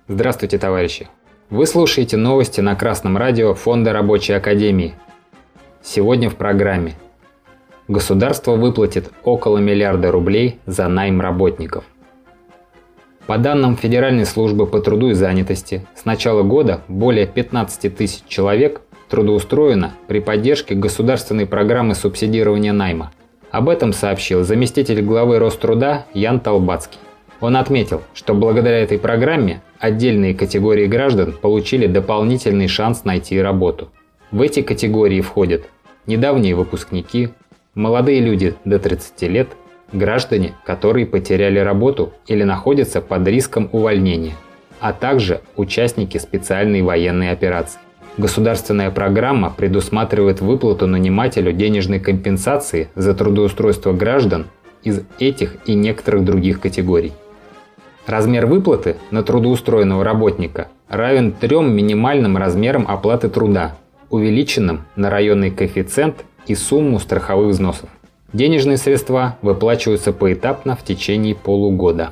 Здравствуйте, товарищи! Вы слушаете новости на Красном радио Фонда Рабочей Академии. Сегодня в программе. Государство выплатит около миллиарда рублей за найм работников. По данным Федеральной службы по труду и занятости, с начала года более 15 тысяч человек трудоустроено при поддержке государственной программы субсидирования найма. Об этом сообщил заместитель главы Роструда Ян Толбацкий. Он отметил, что благодаря этой программе отдельные категории граждан получили дополнительный шанс найти работу. В эти категории входят недавние выпускники, молодые люди до 30 лет, граждане, которые потеряли работу или находятся под риском увольнения, а также участники специальной военной операции. Государственная программа предусматривает выплату нанимателю денежной компенсации за трудоустройство граждан из этих и некоторых других категорий. Размер выплаты на трудоустроенного работника равен 3 минимальным размерам оплаты труда, увеличенным на районный коэффициент и сумму страховых взносов. Денежные средства выплачиваются поэтапно в течение полугода.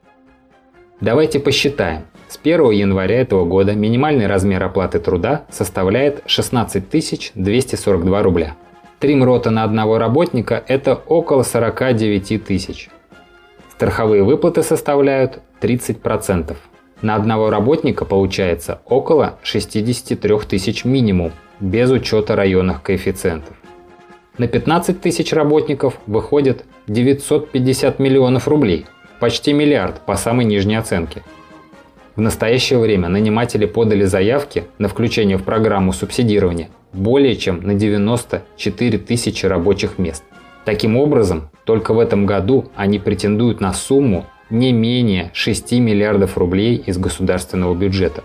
Давайте посчитаем. С 1 января этого года минимальный размер оплаты труда составляет 16 242 рубля. 3 МРОТа на одного работника – это около 49 тысяч. Страховые выплаты составляют 30%. На одного работника получается около 63 тысяч минимум, без учета районных коэффициентов. На 15 тысяч работников выходит 950 миллионов рублей, почти миллиард по самой нижней оценке. В настоящее время наниматели подали заявки на включение в программу субсидирования более чем на 94 тысячи рабочих мест. Таким образом, только в этом году они претендуют на сумму не менее 6 миллиардов рублей из государственного бюджета.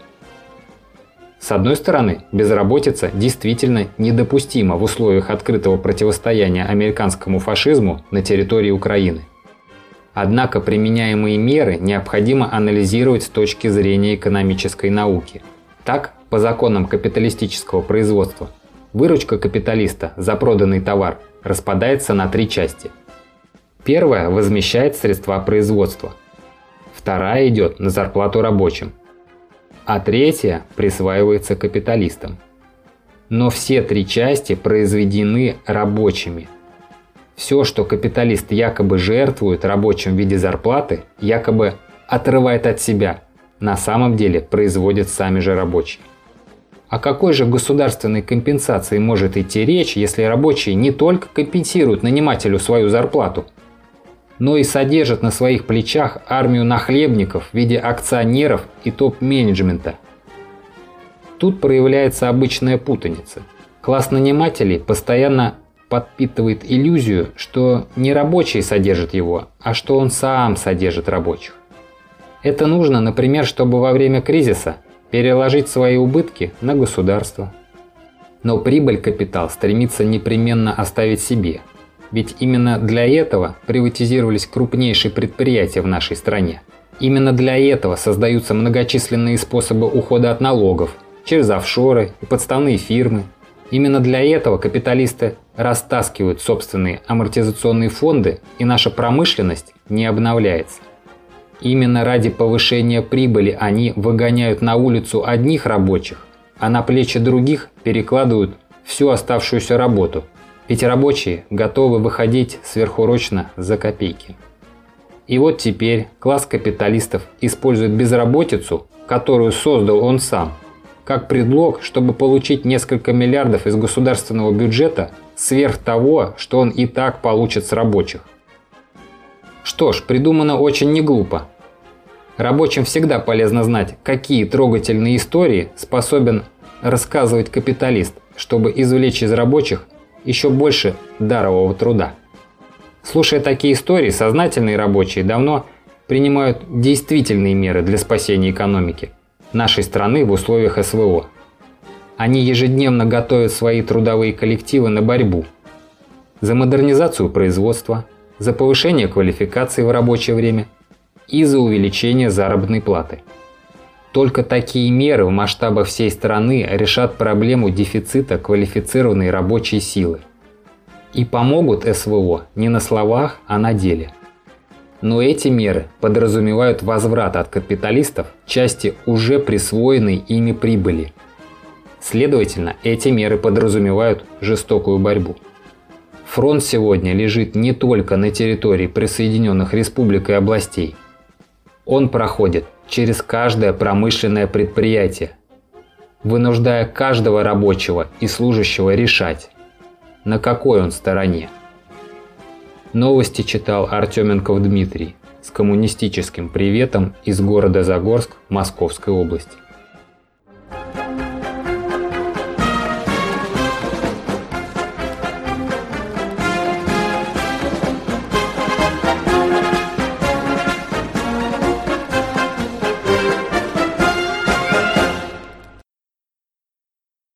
С одной стороны, безработица действительно недопустима в условиях открытого противостояния американскому фашизму на территории Украины. Однако применяемые меры необходимо анализировать с точки зрения экономической науки. Так, по законам капиталистического производства, выручка капиталиста за проданный товар распадается на 3 части. Первая возмещает средства производства, вторая идет на зарплату рабочим, а третья присваивается капиталистам. Но все 3 части произведены рабочими. Все, что капиталист якобы жертвует рабочим в виде зарплаты, якобы отрывает от себя, на самом деле производят сами же рабочие. О какой же государственной компенсации может идти речь, если рабочие не только компенсируют нанимателю свою зарплату, но и содержат на своих плечах армию нахлебников в виде акционеров и топ-менеджмента? Тут проявляется обычная путаница. Класс нанимателей постоянно подпитывает иллюзию, что не рабочие содержат его, а что он сам содержит рабочих. Это нужно, например, чтобы во время кризиса переложить свои убытки на государство. Но прибыль капитал стремится непременно оставить себе, ведь именно для этого приватизировались крупнейшие предприятия в нашей стране. Именно для этого создаются многочисленные способы ухода от налогов, через офшоры и подставные фирмы. Именно для этого капиталисты растаскивают собственные амортизационные фонды, и наша промышленность не обновляется. Именно ради повышения прибыли они выгоняют на улицу одних рабочих, а на плечи других перекладывают всю оставшуюся работу, ведь рабочие готовы выходить сверхурочно за копейки. И вот теперь класс капиталистов использует безработицу, которую создал он сам, как предлог, чтобы получить несколько миллиардов из государственного бюджета сверх того, что он и так получит с рабочих. Что ж, придумано очень неглупо. Рабочим всегда полезно знать, какие трогательные истории способен рассказывать капиталист, чтобы извлечь из рабочих еще больше дарового труда. Слушая такие истории, сознательные рабочие давно принимают действительные меры для спасения экономики нашей страны в условиях СВО. Они ежедневно готовят свои трудовые коллективы на борьбу за модернизацию производства, за повышение квалификации в рабочее время и за увеличение заработной платы. Только такие меры в масштабах всей страны решат проблему дефицита квалифицированной рабочей силы и помогут СВО не на словах, а на деле. Но эти меры подразумевают возврат от капиталистов части уже присвоенной ими прибыли. Следовательно, эти меры подразумевают жестокую борьбу. Фронт сегодня лежит не только на территории присоединенных республик и областей. Он проходит через каждое промышленное предприятие, вынуждая каждого рабочего и служащего решать, на какой он стороне. Новости читал Артеменков Дмитрий с коммунистическим приветом из города Загорск Московской области.